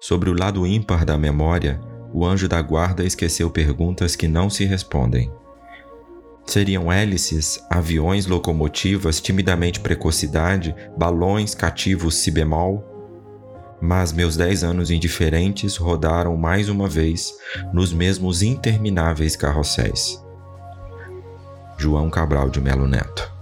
Sobre o lado ímpar da memória, o anjo da guarda esqueceu perguntas que não se respondem. Seriam hélices, aviões, locomotivas, timidamente precocidade, balões, cativos, si bemol? Mas meus 10 anos indiferentes rodaram mais uma vez nos mesmos intermináveis carrosséis. João Cabral de Melo Neto.